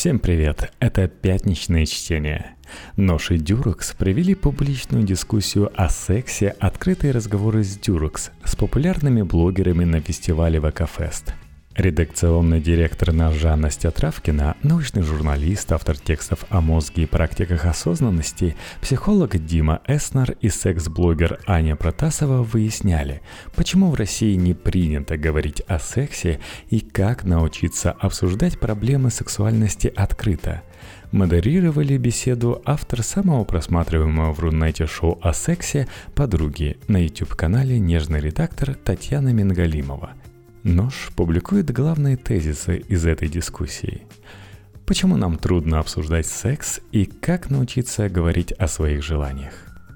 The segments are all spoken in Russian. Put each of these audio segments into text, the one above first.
Всем привет, это пятничное чтение. Нош и Дюрекс провели публичную дискуссию о сексе «Открытые разговоры с Дюрекс» с популярными блогерами на фестивале ВК-фест. Редакционный директор наша Настя Травкина, научный журналист, автор текстов о мозге и практиках осознанности, психолог Дима Эснер и секс-блогер Аня Протасова выясняли, почему в России не принято говорить о сексе и как научиться обсуждать проблемы сексуальности открыто. Модерировали беседу автор самого просматриваемого в Рунете шоу о сексе «Подруги» на YouTube-канале «Нежный редактор» Татьяна Мингалимова. Нош публикует главные тезисы из этой дискуссии. Почему нам трудно обсуждать секс и как научиться говорить о своих желаниях?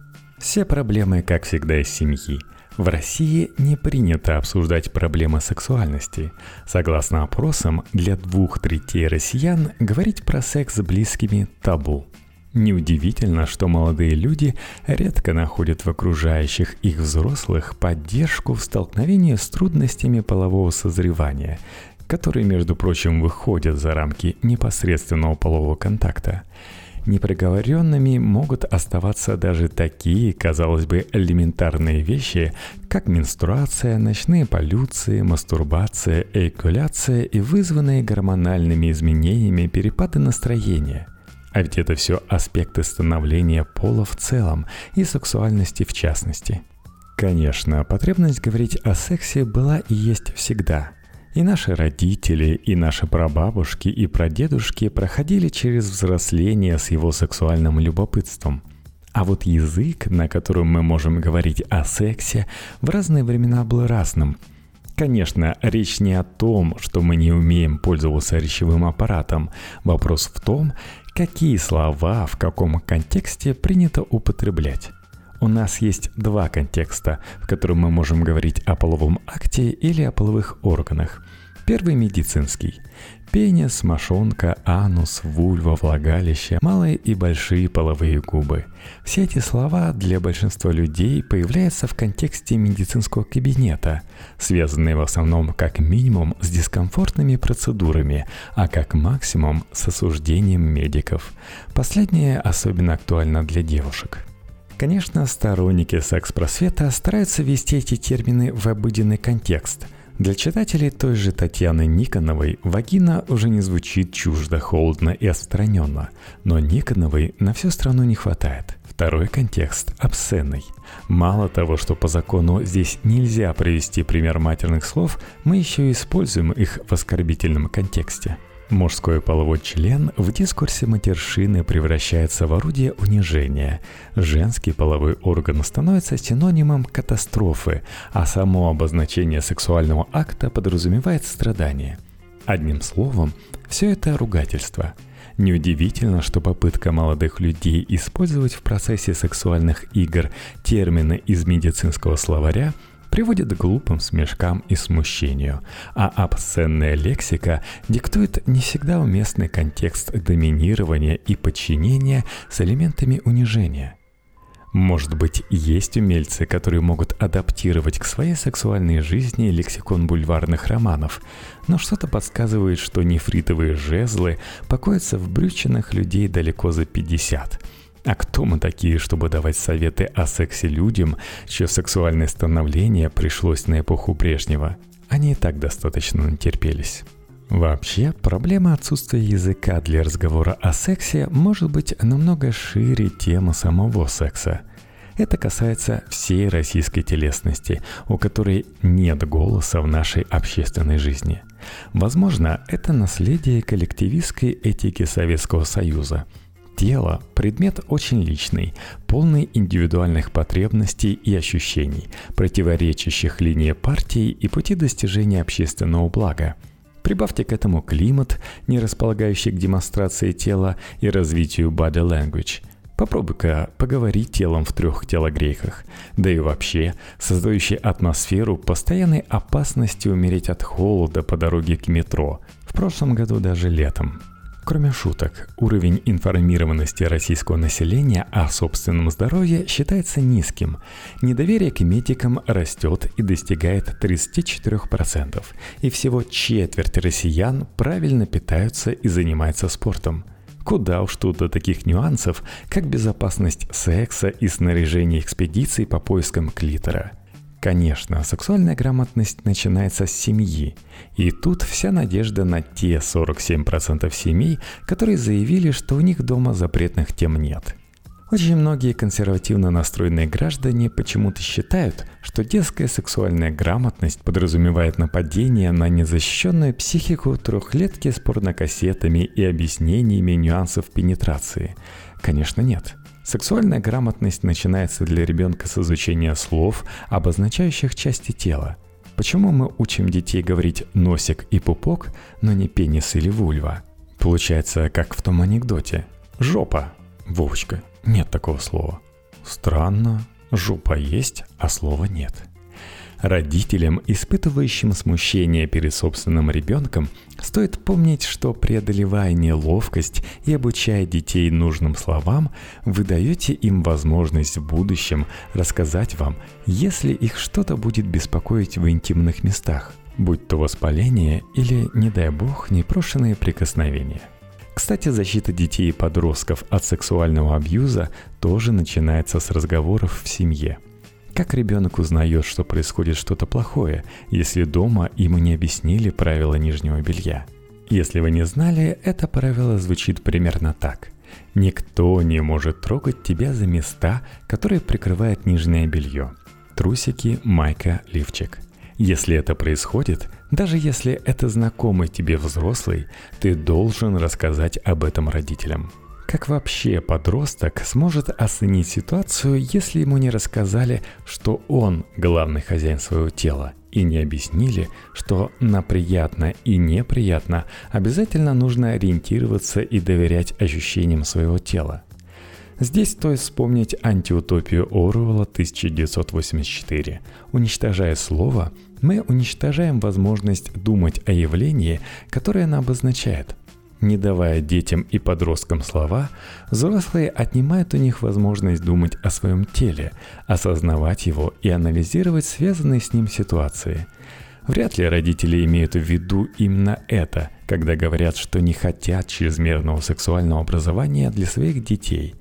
Все проблемы, как всегда, из семьи. В России не принято обсуждать проблемы сексуальности. Согласно опросам, для 2/3 россиян говорить про секс с близкими – табу. Неудивительно, что молодые люди редко находят в окружающих их взрослых поддержку в столкновении с трудностями полового созревания, которые, между прочим, выходят за рамки непосредственного полового контакта. Непроговоренными могут оставаться даже такие, казалось бы, элементарные вещи, как менструация, ночные полюции, мастурбация, эякуляция и вызванные гормональными изменениями перепады настроения. А ведь это все аспекты становления пола в целом и сексуальности в частности. Конечно, потребность говорить о сексе была и есть всегда. И наши родители, и наши прабабушки, и прадедушки проходили через взросление с его сексуальным любопытством. А вот язык, на котором мы можем говорить о сексе, в разные времена был разным. Конечно, речь не о том, что мы не умеем пользоваться речевым аппаратом. Вопрос в том, какие слова в каком контексте принято употреблять. У нас есть два контекста, в котором мы можем говорить о половом акте или о половых органах. Первый медицинский. Пенис, мошонка, анус, вульва, влагалище, малые и большие половые губы. Все эти слова для большинства людей появляются в контексте медицинского кабинета, связанные в основном как минимум с дискомфортными процедурами, а как максимум с осуждением медиков. Последнее особенно актуально для девушек. Конечно, сторонники секс-просвета стараются ввести эти термины в обыденный контекст. Для читателей той же Татьяны Никоновой вагина уже не звучит чуждо, холодно и отстраненно, но Никоновой на всю страну не хватает. Второй контекст – обсценный. Мало того, что по закону здесь нельзя привести пример матерных слов, мы еще и используем их в оскорбительном контексте. Мужской половой член в дискурсе матершины превращается в орудие унижения. Женский половой орган становится синонимом катастрофы, а само обозначение сексуального акта подразумевает страдание. Одним словом, все это ругательство. Неудивительно, что попытка молодых людей использовать в процессе сексуальных игр термины из медицинского словаря приводит к глупым смешкам и смущению, а обсценная лексика диктует не всегда уместный контекст доминирования и подчинения с элементами унижения. Может быть, есть умельцы, которые могут адаптировать к своей сексуальной жизни лексикон бульварных романов, но что-то подсказывает, что нефритовые жезлы покоятся в брючинах людей далеко за 50. А кто мы такие, чтобы давать советы о сексе людям, чье сексуальное становление пришлось на эпоху Брежнева? Они и так достаточно натерпелись. Вообще, проблема отсутствия языка для разговора о сексе может быть намного шире темы самого секса. Это касается всей российской телесности, у которой нет голоса в нашей общественной жизни. Возможно, это наследие коллективистской этики Советского Союза. Тело – предмет очень личный, полный индивидуальных потребностей и ощущений, противоречащих линии партии и пути достижения общественного блага. Прибавьте к этому климат, не располагающий к демонстрации тела и развитию body language. Попробуй-ка поговорить телом в 3 телогрейках, да и вообще создающий атмосферу постоянной опасности умереть от холода по дороге к метро, в прошлом году даже летом. Кроме шуток, уровень информированности российского населения о собственном здоровье считается низким. Недоверие к медикам растет и достигает 34%. И всего четверть россиян правильно питаются и занимаются спортом. Куда уж тут до таких нюансов, как безопасность секса и снаряжение экспедиций по поискам клитора. Конечно, сексуальная грамотность начинается с семьи. И тут вся надежда на те 47% семей, которые заявили, что у них дома запретных тем нет. Очень многие консервативно настроенные граждане почему-то считают, что детская сексуальная грамотность подразумевает нападение на незащищенную психику трехлетки с порнокассетами и объяснениями нюансов пенетрации. Конечно, нет. Сексуальная грамотность начинается для ребенка с изучения слов, обозначающих части тела. Почему мы учим детей говорить «носик» и «пупок», но не «пенис» или «вульва»? Получается, как в том анекдоте. «Жопа». Вовочка, нет такого слова. Странно. Жопа есть, а слова нет. Родителям, испытывающим смущение перед собственным ребенком, стоит помнить, что преодолевая неловкость и обучая детей нужным словам, вы даете им возможность в будущем рассказать вам, если их что-то будет беспокоить в интимных местах, будь то воспаление или, не дай бог, непрошенные прикосновения. Кстати, защита детей и подростков от сексуального абьюза тоже начинается с разговоров в семье. Как ребенок узнает, что происходит что-то плохое, если дома ему не объяснили правила нижнего белья? Если вы не знали, это правило звучит примерно так. Никто не может трогать тебя за места, которые прикрывают нижнее белье. Трусики, майка, лифчик. Если это происходит, даже если это знакомый тебе взрослый, ты должен рассказать об этом родителям. Как вообще подросток сможет оценить ситуацию, если ему не рассказали, что он главный хозяин своего тела, и не объяснили, что на приятно и неприятно обязательно нужно ориентироваться и доверять ощущениям своего тела? Здесь стоит вспомнить антиутопию Оруэлла 1984. Уничтожая слово, мы уничтожаем возможность думать о явлении, которое оно обозначает. Не давая детям и подросткам слова, взрослые отнимают у них возможность думать о своем теле, осознавать его и анализировать связанные с ним ситуации. Вряд ли родители имеют в виду именно это, когда говорят, что не хотят чрезмерного сексуального образования для своих детей.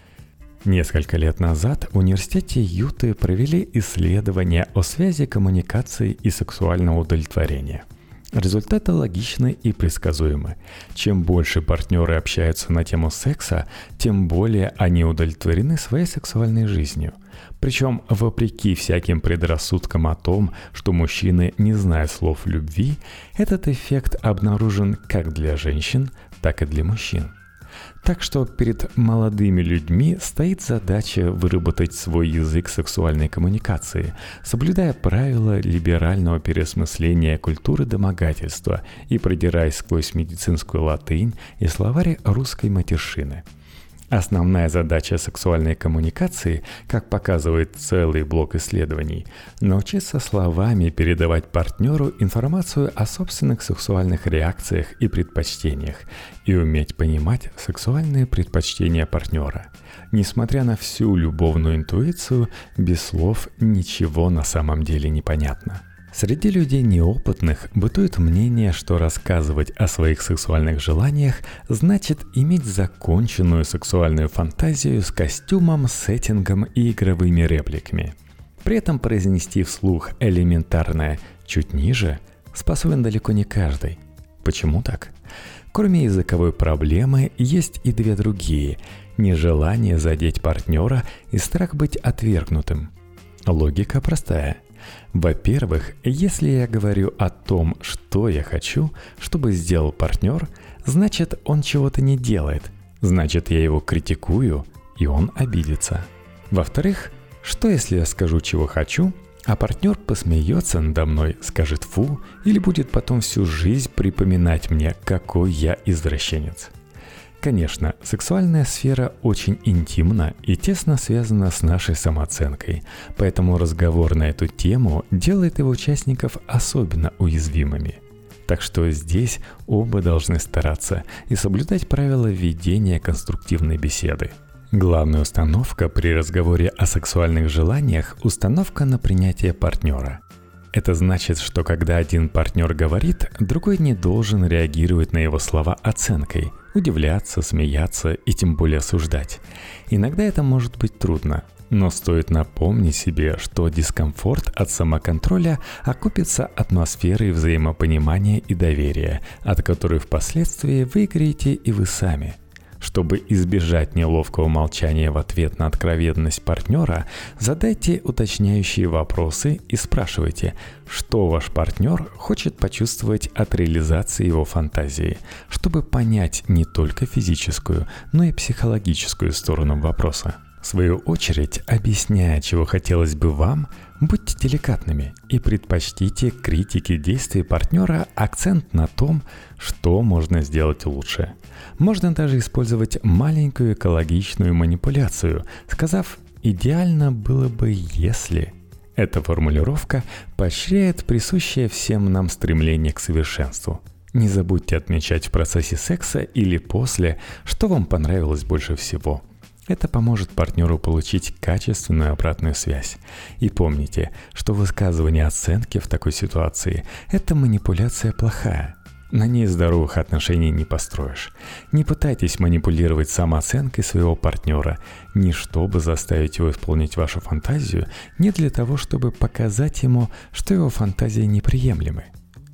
Несколько лет назад в университете Юты провели исследование о связи коммуникации и сексуального удовлетворения. Результаты логичны и предсказуемы. Чем больше партнеры общаются на тему секса, тем более они удовлетворены своей сексуальной жизнью. Причем, вопреки всяким предрассудкам о том, что мужчины не знают слов любви, этот эффект обнаружен как для женщин, так и для мужчин. Так что перед молодыми людьми стоит задача выработать свой язык сексуальной коммуникации, соблюдая правила либерального переосмысления культуры домогательства и продираясь сквозь медицинскую латынь и словарь русской матершины. Основная задача сексуальной коммуникации, как показывает целый блок исследований, научиться словами передавать партнеру информацию о собственных сексуальных реакциях и предпочтениях и уметь понимать сексуальные предпочтения партнера. Несмотря на всю любовную интуицию, без слов ничего на самом деле не понятно. Среди людей неопытных бытует мнение, что рассказывать о своих сексуальных желаниях значит иметь законченную сексуальную фантазию с костюмом, сеттингом и игровыми репликами. При этом произнести вслух элементарное «чуть ниже» способен далеко не каждый. Почему так? Кроме языковой проблемы, есть и две другие – нежелание задеть партнера и страх быть отвергнутым. Логика простая. Во-первых, если я говорю о том, что я хочу, чтобы сделал партнер, значит, он чего-то не делает. Значит, я его критикую, и он обидится. Во-вторых, что если я скажу, чего хочу, а партнер посмеется надо мной, скажет «фу» или будет потом всю жизнь припоминать мне, какой я извращенец. Конечно, сексуальная сфера очень интимна и тесно связана с нашей самооценкой, поэтому разговор на эту тему делает его участников особенно уязвимыми. Так что здесь оба должны стараться и соблюдать правила ведения конструктивной беседы. Главная установка при разговоре о сексуальных желаниях – установка на принятие партнера. Это значит, что когда один партнер говорит, другой не должен реагировать на его слова оценкой, удивляться, смеяться и тем более осуждать. Иногда это может быть трудно, но стоит напомнить себе, что дискомфорт от самоконтроля окупится атмосферой взаимопонимания и доверия, от которой впоследствии выиграете и вы сами. Чтобы избежать неловкого молчания в ответ на откровенность партнера, задайте уточняющие вопросы и спрашивайте, что ваш партнер хочет почувствовать от реализации его фантазии, чтобы понять не только физическую, но и психологическую сторону вопроса. В свою очередь, объясняя, чего хотелось бы вам, будьте деликатными и предпочтите критике действий партнера акцент на том, что можно сделать лучше. Можно даже использовать маленькую экологичную манипуляцию, сказав «идеально было бы, если…». Эта формулировка поощряет присущее всем нам стремление к совершенству. Не забудьте отмечать в процессе секса или после, что вам понравилось больше всего. Это поможет партнеру получить качественную обратную связь. И помните, что высказывание оценки в такой ситуации – это манипуляция плохая. На ней здоровых отношений не построишь. Не пытайтесь манипулировать самооценкой своего партнера, не чтобы заставить его исполнить вашу фантазию, не для того, чтобы показать ему, что его фантазии неприемлемы.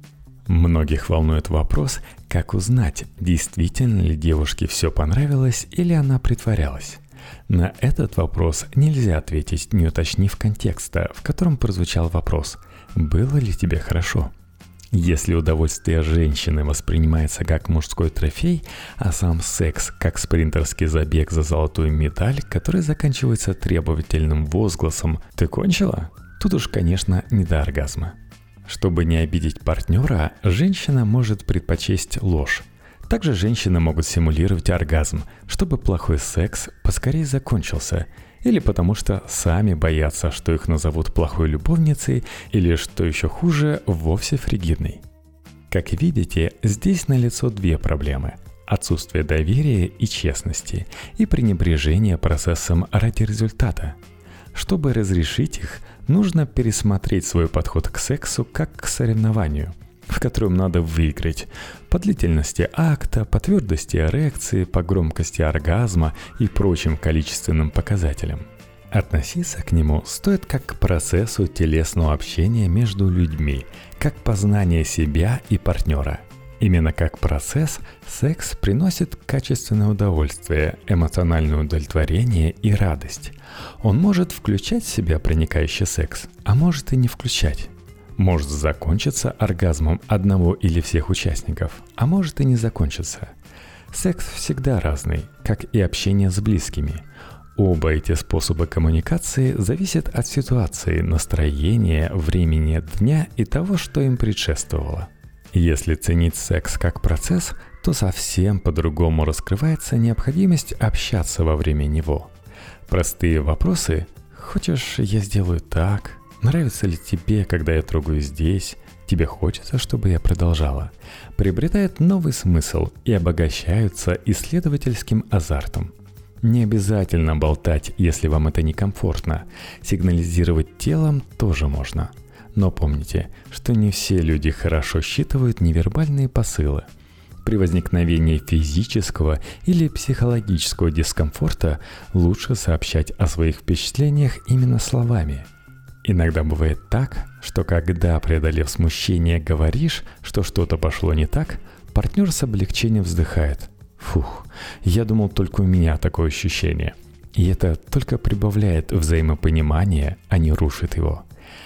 Многих волнует вопрос, как узнать, действительно ли девушке все понравилось или она притворялась. На этот вопрос нельзя ответить, не уточнив контекста, в котором прозвучал вопрос «Было ли тебе хорошо?». Если удовольствие женщины воспринимается как мужской трофей, а сам секс как спринтерский забег за золотую медаль, который заканчивается требовательным возгласом «Ты кончила?», тут уж, конечно, не до оргазма. Чтобы не обидеть партнера, женщина может предпочесть ложь. Также женщины могут симулировать оргазм, чтобы плохой секс поскорее закончился, или потому что сами боятся, что их назовут плохой любовницей, или, что еще хуже, вовсе фригидной. Как видите, здесь налицо две проблемы – отсутствие доверия и честности, и пренебрежение процессом ради результата. Чтобы разрешить их, нужно пересмотреть свой подход к сексу как к соревнованию, в котором надо выиграть по длительности акта, по твердости эрекции, по громкости оргазма и прочим количественным показателям. Относиться к нему стоит как к процессу телесного общения между людьми, как познание себя и партнера. Именно как процесс секс приносит качественное удовольствие, эмоциональное удовлетворение и радость. Он может включать в себя проникающий секс, а может и не включать. Может закончиться оргазмом одного или всех участников, а может и не закончиться. Секс всегда разный, как и общение с близкими. Оба эти способа коммуникации зависят от ситуации, настроения, времени дня и того, что им предшествовало. Если ценить секс как процесс, то совсем по-другому раскрывается необходимость общаться во время него. Простые вопросы «Хочешь, я сделаю так?» «Нравится ли тебе, когда я трогаю здесь?» «Тебе хочется, чтобы я продолжала?» приобретают новый смысл и обогащаются исследовательским азартом. Не обязательно болтать, если вам это некомфортно. Сигнализировать телом тоже можно. Но помните, что не все люди хорошо считывают невербальные посылы. При возникновении физического или психологического дискомфорта лучше сообщать о своих впечатлениях именно словами. Иногда бывает так, что когда, преодолев смущение, говоришь, что что-то пошло не так, партнер с облегчением вздыхает. «Фух, я думал, только у меня такое ощущение». И это только прибавляет взаимопонимания, а не рушит его.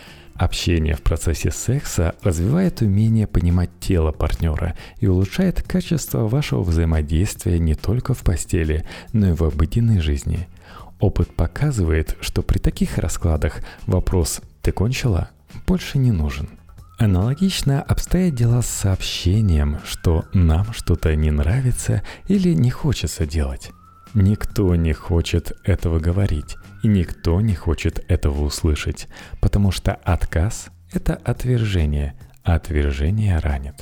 Общение в процессе секса развивает умение понимать тело партнера и улучшает качество вашего взаимодействия не только в постели, но и в обыденной жизни. Опыт показывает, что при таких раскладах вопрос «ты кончила?» больше не нужен. Аналогично обстоят дела с сообщением, что нам что-то не нравится или не хочется делать. Никто не хочет этого говорить, и никто не хочет этого услышать, потому что отказ – это отвержение, а отвержение ранит.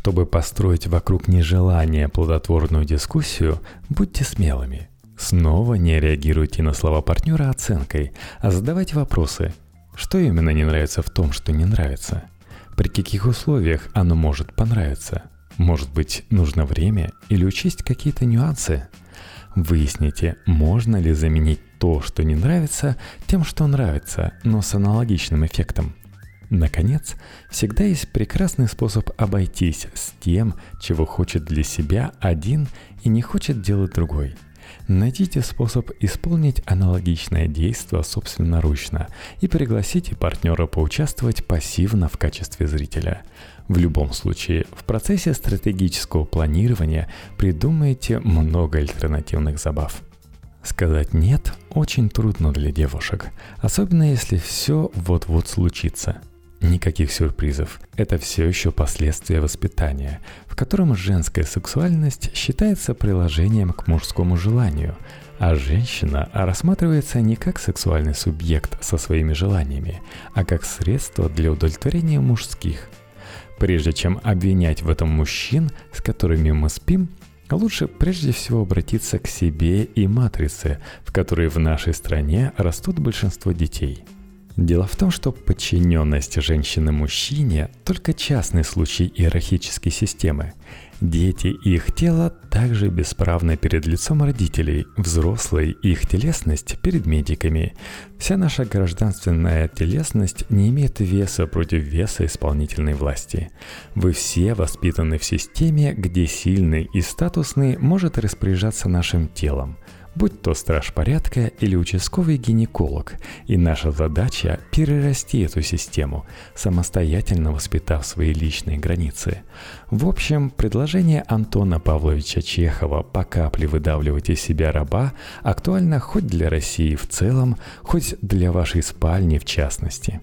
Чтобы построить вокруг нежелания плодотворную дискуссию, будьте смелыми. Снова не реагируйте на слова партнера оценкой, а задавайте вопросы. Что именно не нравится в том, что не нравится? При каких условиях оно может понравиться? Может быть, нужно время или учесть какие-то нюансы? Выясните, можно ли заменить то, что не нравится, тем, что нравится, но с аналогичным эффектом. Наконец, всегда есть прекрасный способ обойтись с тем, чего хочет для себя один и не хочет делать другой. Найдите способ исполнить аналогичное действие собственноручно и пригласите партнера поучаствовать пассивно в качестве зрителя. В любом случае, в процессе стратегического планирования придумайте много альтернативных забав. Сказать «нет» очень трудно для девушек, особенно если все вот-вот случится. Никаких сюрпризов. Это все еще последствия воспитания, в котором женская сексуальность считается приложением к мужскому желанию, а женщина рассматривается не как сексуальный субъект со своими желаниями, а как средство для удовлетворения мужских. Прежде чем обвинять в этом мужчин, с которыми мы спим, лучше прежде всего обратиться к себе и матрице, в которой в нашей стране растут большинство детей. Дело в том, что подчиненность женщины мужчине – только частный случай иерархической системы. Дети и их тело также бесправны перед лицом родителей, взрослые и их телесность перед медиками. Вся наша гражданственная телесность не имеет веса против веса исполнительной власти. Вы все воспитаны в системе, где сильный и статусный может распоряжаться нашим телом, будь то страж порядка или участковый гинеколог, и наша задача – перерасти эту систему, самостоятельно воспитав свои личные границы. В общем, предложение Антона Павловича Чехова по капле выдавливать из себя раба актуально хоть для России в целом, хоть для вашей спальни в частности.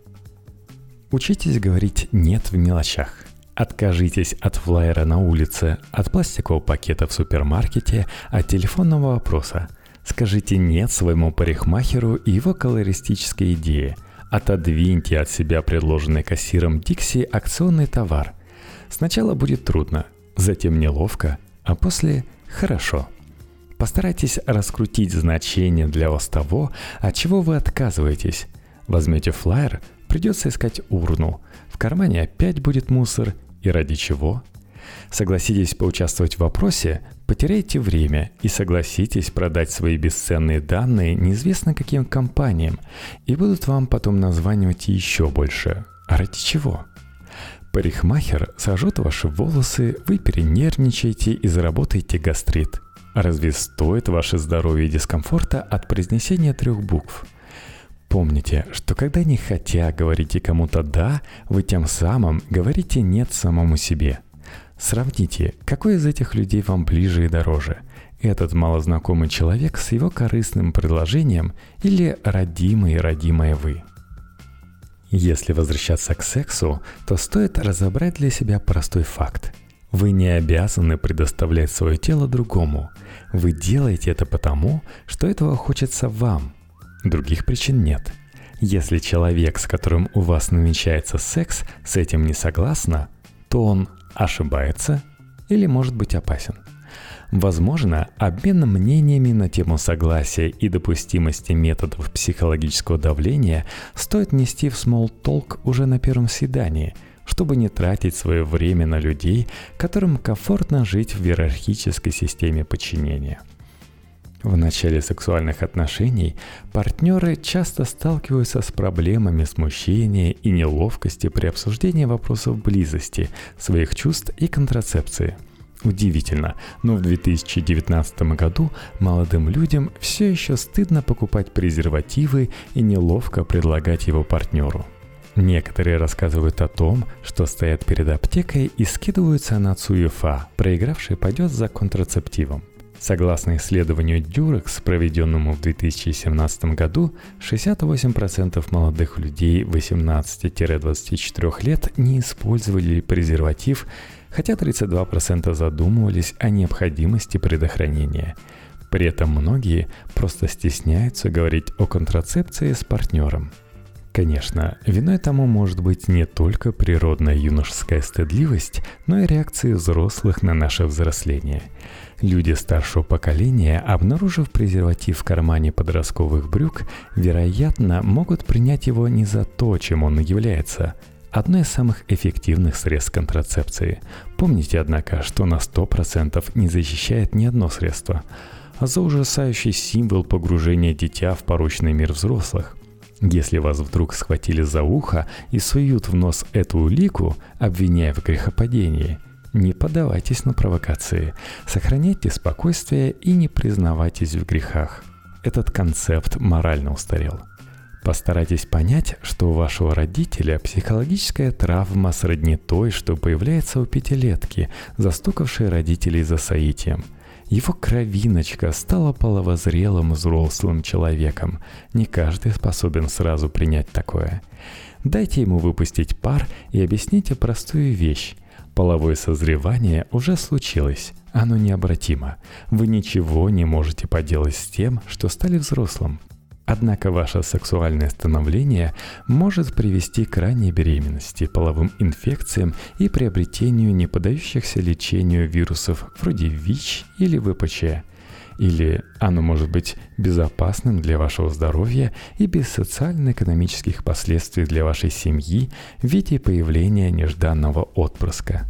Учитесь говорить «нет» в мелочах. Откажитесь от флаера на улице, от пластикового пакета в супермаркете, от телефонного вопроса. Скажите «нет» своему парикмахеру и его колористической идее. Отодвиньте от себя предложенный кассиром Dixie акционный товар. Сначала будет трудно, затем неловко, а после – хорошо. Постарайтесь раскрутить значение для вас того, от чего вы отказываетесь. Возьмете флаер – придется искать урну. В кармане опять будет мусор. И ради чего? Согласитесь поучаствовать в вопросе, потеряйте время и согласитесь продать свои бесценные данные неизвестно каким компаниям, и будут вам потом названивать еще больше. А ради чего? Парикмахер сожжет ваши волосы, вы перенервничаете и заработаете гастрит. Разве стоит ваше здоровье и дискомфорта от произнесения 3 букв? Помните, что когда не хотя говорите кому-то «да», вы тем самым говорите «нет» самому себе. Сравните, какой из этих людей вам ближе и дороже. Этот малознакомый человек с его корыстным предложением или родимая вы. Если возвращаться к сексу, то стоит разобрать для себя простой факт. Вы не обязаны предоставлять свое тело другому. Вы делаете это потому, что этого хочется вам. Других причин нет. Если человек, с которым у вас намечается секс, с этим не согласна, то он ошибается или может быть опасен. Возможно, обмен мнениями на тему согласия и допустимости методов психологического давления стоит нести в small talk уже на первом свидании, чтобы не тратить свое время на людей, которым комфортно жить в иерархической системе подчинения. В начале сексуальных отношений партнеры часто сталкиваются с проблемами смущения и неловкости при обсуждении вопросов близости, своих чувств и контрацепции. Удивительно, но в 2019 году молодым людям все еще стыдно покупать презервативы и неловко предлагать его партнеру. Некоторые рассказывают о том, что стоят перед аптекой и скидываются на ЦУЕФА, проигравший пойдет за контрацептивом. Согласно исследованию Durex, проведенному в 2017 году, 68% молодых людей 18-24 лет не использовали презерватив, хотя 32% задумывались о необходимости предохранения. При этом многие просто стесняются говорить о контрацепции с партнером. Конечно, виной тому может быть не только природная юношеская стыдливость, но и реакции взрослых на наше взросление. Люди старшего поколения, обнаружив презерватив в кармане подростковых брюк, вероятно, могут принять его не за то, чем он является – одно из самых эффективных средств контрацепции. Помните, однако, что на 100% не защищает ни одно средство, а за ужасающий символ погружения дитя в порочный мир взрослых. Если вас вдруг схватили за ухо и суют в нос эту улику, обвиняя в грехопадении, не поддавайтесь на провокации, сохраняйте спокойствие и не признавайтесь в грехах. Этот концепт морально устарел. Постарайтесь понять, что у вашего родителя психологическая травма сродни той, что появляется у пятилетки, застукавшей родителей за соитием. Его кровиночка стала половозрелым взрослым человеком. Не каждый способен сразу принять такое. Дайте ему выпустить пар и объясните простую вещь. Половое созревание уже случилось. Оно необратимо. Вы ничего не можете поделать с тем, что стали взрослым. Однако ваше сексуальное становление может привести к ранней беременности, половым инфекциям и приобретению не поддающихся лечению вирусов вроде ВИЧ или ВПЧ. Или оно может быть безопасным для вашего здоровья и без социально-экономических последствий для вашей семьи в виде появления нежданного отпрыска.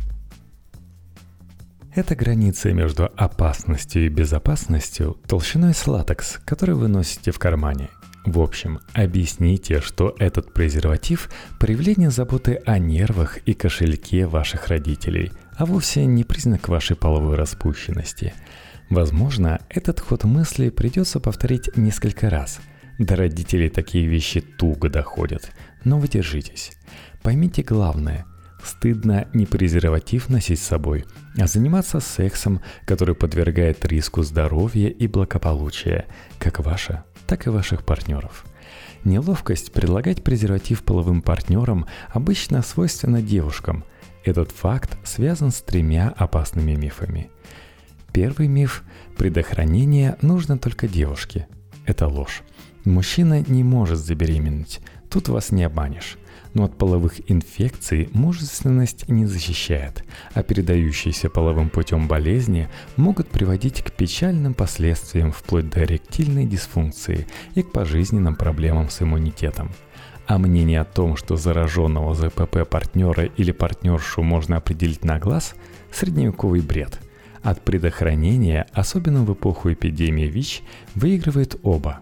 Это граница между опасностью и безопасностью толщиной с латекс, который вы носите в кармане. В общем, объясните, что этот презерватив – проявление заботы о нервах и кошельке ваших родителей, а вовсе не признак вашей половой распущенности. Возможно, этот ход мысли придется повторить несколько раз. До родителей такие вещи туго доходят, но вы держитесь. Поймите главное – стыдно не презерватив носить с собой, а заниматься сексом, который подвергает риску здоровья и благополучия, как ваше, так и ваших партнеров. Неловкость предлагать презерватив половым партнерам обычно свойственна девушкам. Этот факт связан с 3 опасными мифами. Первый миф – предохранение нужно только девушке. Это ложь. Мужчина не может забеременеть, тут вас не обманешь. Но от половых инфекций мужественность не защищает, а передающиеся половым путем болезни могут приводить к печальным последствиям вплоть до эректильной дисфункции и к пожизненным проблемам с иммунитетом. А мнение о том, что зараженного ЗПП партнера или партнершу можно определить на глаз – средневековый бред. От предохранения, особенно в эпоху эпидемии ВИЧ, выигрывают оба.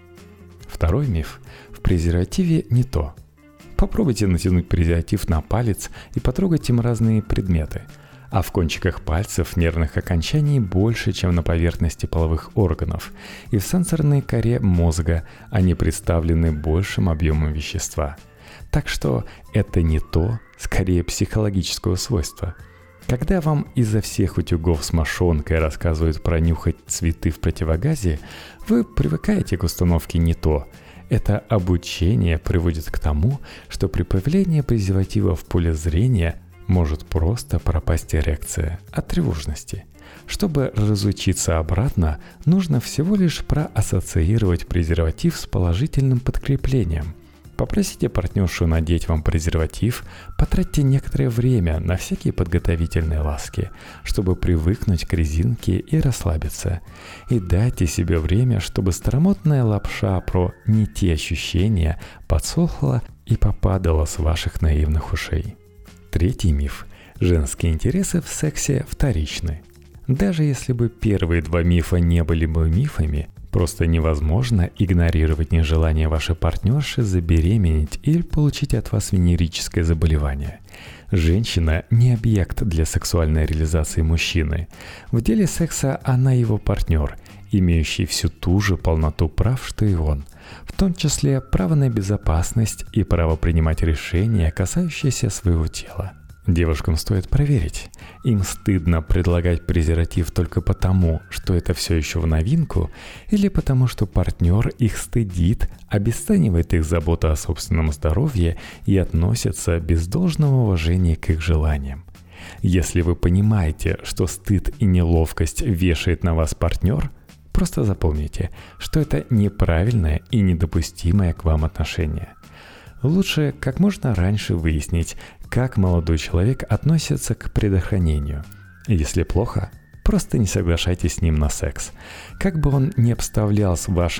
Второй миф – в презервативе не то. Попробуйте натянуть презерватив на палец и потрогать им разные предметы. А в кончиках пальцев нервных окончаний больше, чем на поверхности половых органов. И в сенсорной коре мозга они представлены большим объемом вещества. Так что это не то, скорее психологического свойства. Когда вам изо всех утюгов с мошонкой рассказывают про нюхать цветы в противогазе, вы привыкаете к установке «не то». Это обучение приводит к тому, что при появлении презерватива в поле зрения может просто пропасть эрекция от тревожности. Чтобы разучиться обратно, нужно всего лишь проассоциировать презерватив с положительным подкреплением. Попросите партнершу надеть вам презерватив, потратьте некоторое время на всякие подготовительные ласки, чтобы привыкнуть к резинке и расслабиться. И дайте себе время, чтобы старомодная лапша про «не те ощущения» подсохла и попадала с ваших наивных ушей. Третий миф. Женские интересы в сексе вторичны. Даже если бы первые 2 мифа не были бы мифами, просто невозможно игнорировать нежелание вашей партнерши забеременеть или получить от вас венерическое заболевание. Женщина не объект для сексуальной реализации мужчины. В деле секса она его партнер, имеющий всю ту же полноту прав, что и он, в том числе право на безопасность и право принимать решения, касающиеся своего тела. Девушкам стоит проверить. Им стыдно предлагать презерватив только потому, что это все еще в новинку, или потому, что партнер их стыдит, обесценивает их заботу о собственном здоровье и относится без должного уважения к их желаниям. Если вы понимаете, что стыд и неловкость вешает на вас партнер, просто запомните, что это неправильное и недопустимое к вам отношение. Лучше как можно раньше выяснить, как молодой человек относится к предохранению. Если плохо, просто не соглашайтесь с ним на секс. Как бы он ни обставлял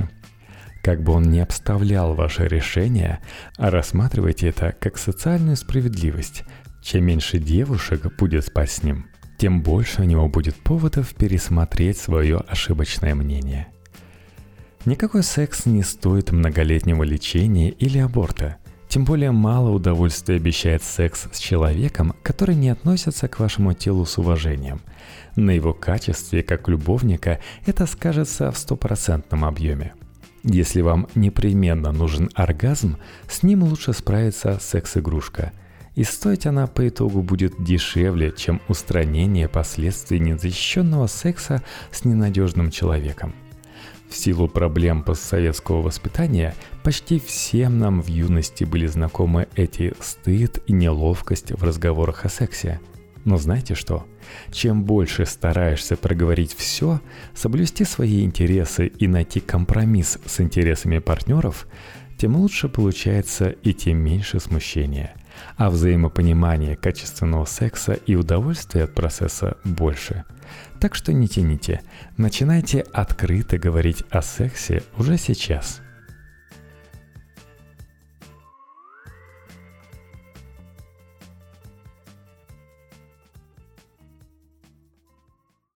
ваше решение, рассматривайте это как социальную справедливость. Чем меньше девушек будет спать с ним, тем больше у него будет поводов пересмотреть свое ошибочное мнение. Никакой секс не стоит многолетнего лечения или аборта. Тем более мало удовольствия обещает секс с человеком, который не относится к вашему телу с уважением. На его качестве как любовника это скажется в 100% объеме. Если вам непременно нужен оргазм, с ним лучше справиться секс-игрушка. И стоить она по итогу будет дешевле, чем устранение последствий незащищенного секса с ненадежным человеком. В силу проблем постсоветского воспитания почти всем нам в юности были знакомы эти стыд и неловкость в разговорах о сексе. Но знаете что? Чем больше стараешься проговорить все, соблюсти свои интересы и найти компромисс с интересами партнеров, тем лучше получается и тем меньше смущения. А взаимопонимание качественного секса и удовольствия от процесса больше. Так что не тяните, начинайте открыто говорить о сексе уже сейчас.